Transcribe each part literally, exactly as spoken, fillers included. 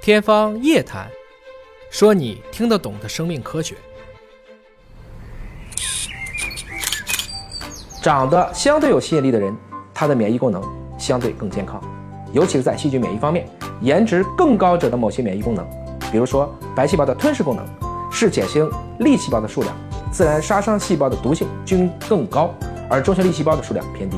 天方夜谭，说你听得懂的生命科学。 长得相对有吸引力的人，他的免疫功能相对更健康，尤其是在细菌免疫方面，颜值更高者的某些免疫功能，比如说白细胞的吞噬功能、嗜碱性粒细胞的数量、自然杀伤细胞的毒性均更高，而中性粒细胞的数量偏低。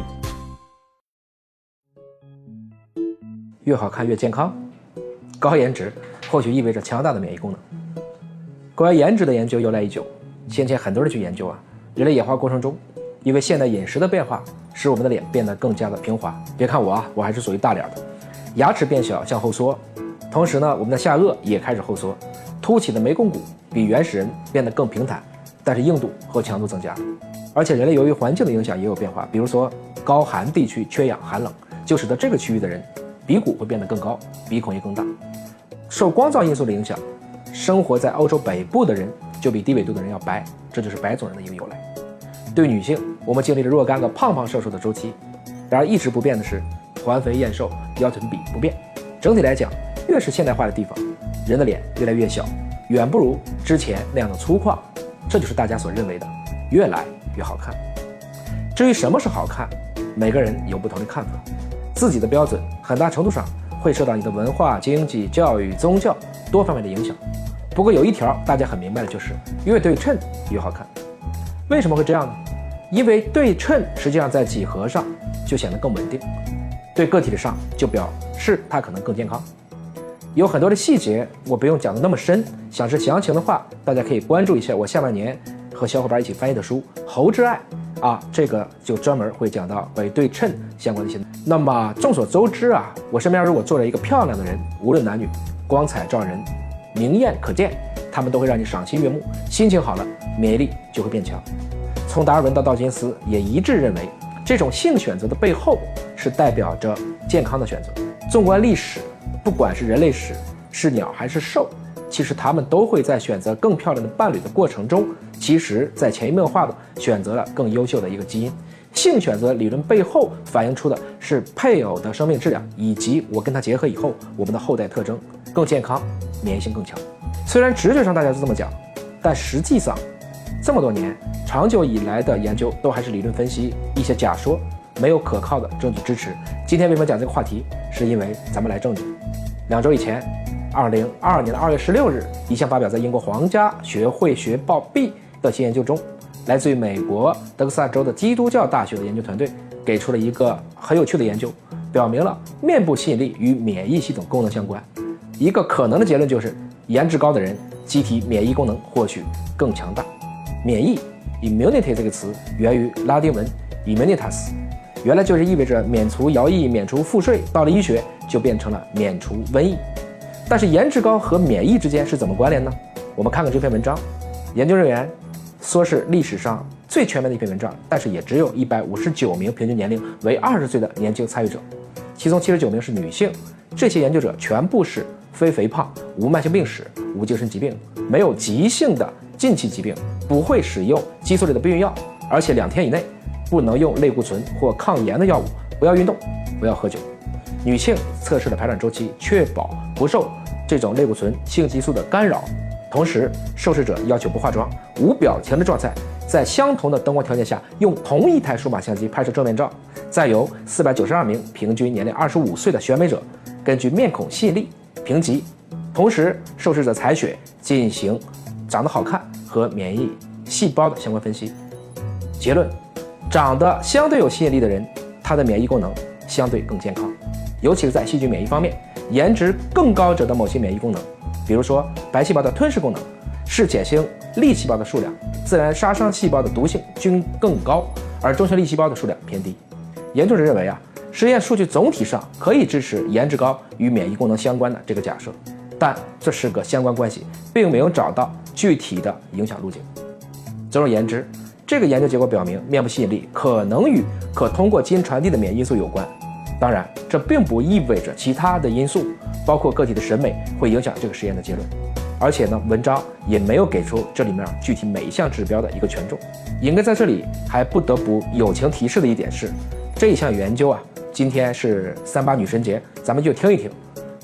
越好看越健康，高颜值或许意味着强大的免疫功能。关于颜值的研究由来已久，先前很多人去研究啊，人类演化过程中，因为现代饮食的变化，使我们的脸变得更加的平滑。别看我啊，我还是属于大脸的，牙齿变小向后缩，同时呢，我们的下颚也开始后缩，凸起的眉弓骨比原始人变得更平坦，但是硬度和强度增加。而且人类由于环境的影响也有变化，比如说高寒地区缺氧寒冷，就使得这个区域的人鼻骨会变得更高，鼻孔也更大。受光照因素的影响，生活在欧洲北部的人就比低纬度的人要白，这就是白种人的一个由来。对女性，我们经历了若干个胖胖瘦瘦的周期，然而一直不变的是环肥燕瘦，腰臀比不变。整体来讲，越是现代化的地方，人的脸越来越小，远不如之前那样的粗犷，这就是大家所认为的越来越好看。至于什么是好看，每个人有不同的看法，自己的标准很大程度上会受到你的文化、经济、教育、宗教多方面的影响。不过有一条大家很明白的就是，越对称越好看。为什么会这样呢？因为对称实际上在几何上就显得更稳定，对个体的上就表示它可能更健康。有很多的细节我不用讲得那么深，想知详情的话，大家可以关注一下我下半年和小伙伴一起翻译的书《猴之爱》啊，这个就专门会讲到关于对称相关的一些。那么众所周知啊，我身边如果坐着一个漂亮的人，无论男女，光彩照人，明艳可见，他们都会让你赏心悦目，心情好了，免疫力就会变强。从达尔文到道金斯也一致认为，这种性选择的背后是代表着健康的选择。纵观历史，不管是人类史，是鸟还是兽，其实他们都会在选择更漂亮的伴侣的过程中，其实在潜移默化的选择了更优秀的一个基因。性选择理论背后反映出的是配偶的生命质量，以及我跟他结合以后，我们的后代特征更健康，免疫性更强。虽然直觉上大家是这么讲，但实际上这么多年长久以来的研究都还是理论分析，一些假说，没有可靠的证据支持。今天为什么讲这个话题，是因为咱们来证据。两周以前，二零二二年的二月十六日，一项发表在英国皇家学会学报 B 的新研究中，来自于美国德克萨斯州的基督教大学的研究团队给出了一个很有趣的研究，表明了面部吸引力与免疫系统功能相关。一个可能的结论就是，颜值高的人机体免疫功能或许更强大。免疫 immunity 这个词源于拉丁文 immunitas， 原来就是意味着免除徭役、免除赋税，到了医学就变成了免除瘟疫。但是颜值高和免疫之间是怎么关联呢？我们看看这篇文章，研究人员说是历史上最全面的一篇文章，但是也只有一百五十九名平均年龄为二十岁的研究参与者，其中七十九名是女性。这些研究者全部是非肥胖，无慢性病史，无精神疾病，没有急性的近期疾病，不会使用激素类的避孕药，而且两天以内不能用类固醇或抗炎的药物，不要运动，不要喝酒。女性测试了排卵周期，确保不受这种类固醇、性激素的干扰。同时，受试者要求不化妆，无表情的状态，在相同的灯光条件下，用同一台数码相机拍摄正面照。再由四百九十二名平均年龄二十五岁的选美者，根据面孔吸引力评级，同时受试者采血进行长得好看和免疫细胞的相关分析。结论：长得相对有吸引力的人，他的免疫功能相对更健康，尤其是在细菌免疫方面，颜值更高者的某些免疫功能，比如说白细胞的吞噬功能、嗜碱性粒细胞的数量、自然杀伤细胞的毒性均更高，而中性粒细胞的数量偏低。研究者认为啊，实验数据总体上可以支持颜值高与免疫功能相关的这个假设，但这是个相关关系，并没有找到具体的影响路径。正如言之，这个研究结果表明，面部吸引力可能与可通过基因传递的免疫因素有关。当然，这并不意味着其他的因素，包括个体的审美，会影响这个实验的结论。而且呢，文章也没有给出这里面具体每一项指标的一个权重。应该在这里还不得不友情提示的一点是，这一项研究啊，今天是三八女神节，咱们就听一听。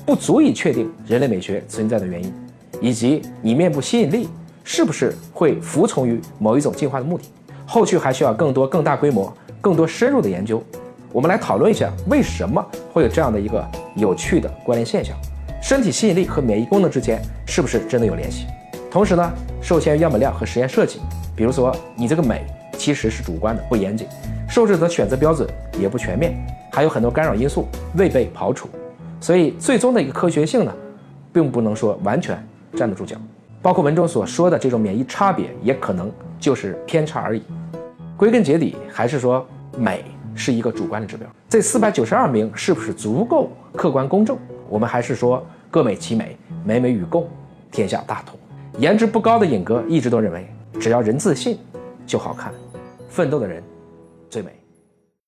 不足以确定人类美学存在的原因，以及你面部吸引力是不是会服从于某一种进化的目的。后续还需要更多、更大规模、更多深入的研究。我们来讨论一下，为什么会有这样的一个有趣的关联现象？身体吸引力和免疫功能之间是不是真的有联系？同时呢，受限于样本量和实验设计，比如说你这个美其实是主观的、不严谨，受试者选择标准也不全面，还有很多干扰因素未被刨除，所以最终的一个科学性呢，并不能说完全站得住脚。包括文中所说的这种免疫差别，也可能就是偏差而已。归根结底，还是说美是一个主观的指标。这四百九十二名是不是足够客观公正？我们还是说各美其美，美美与共，天下大同。颜值不高的尹哥一直都认为，只要人自信就好看，奋斗的人最美。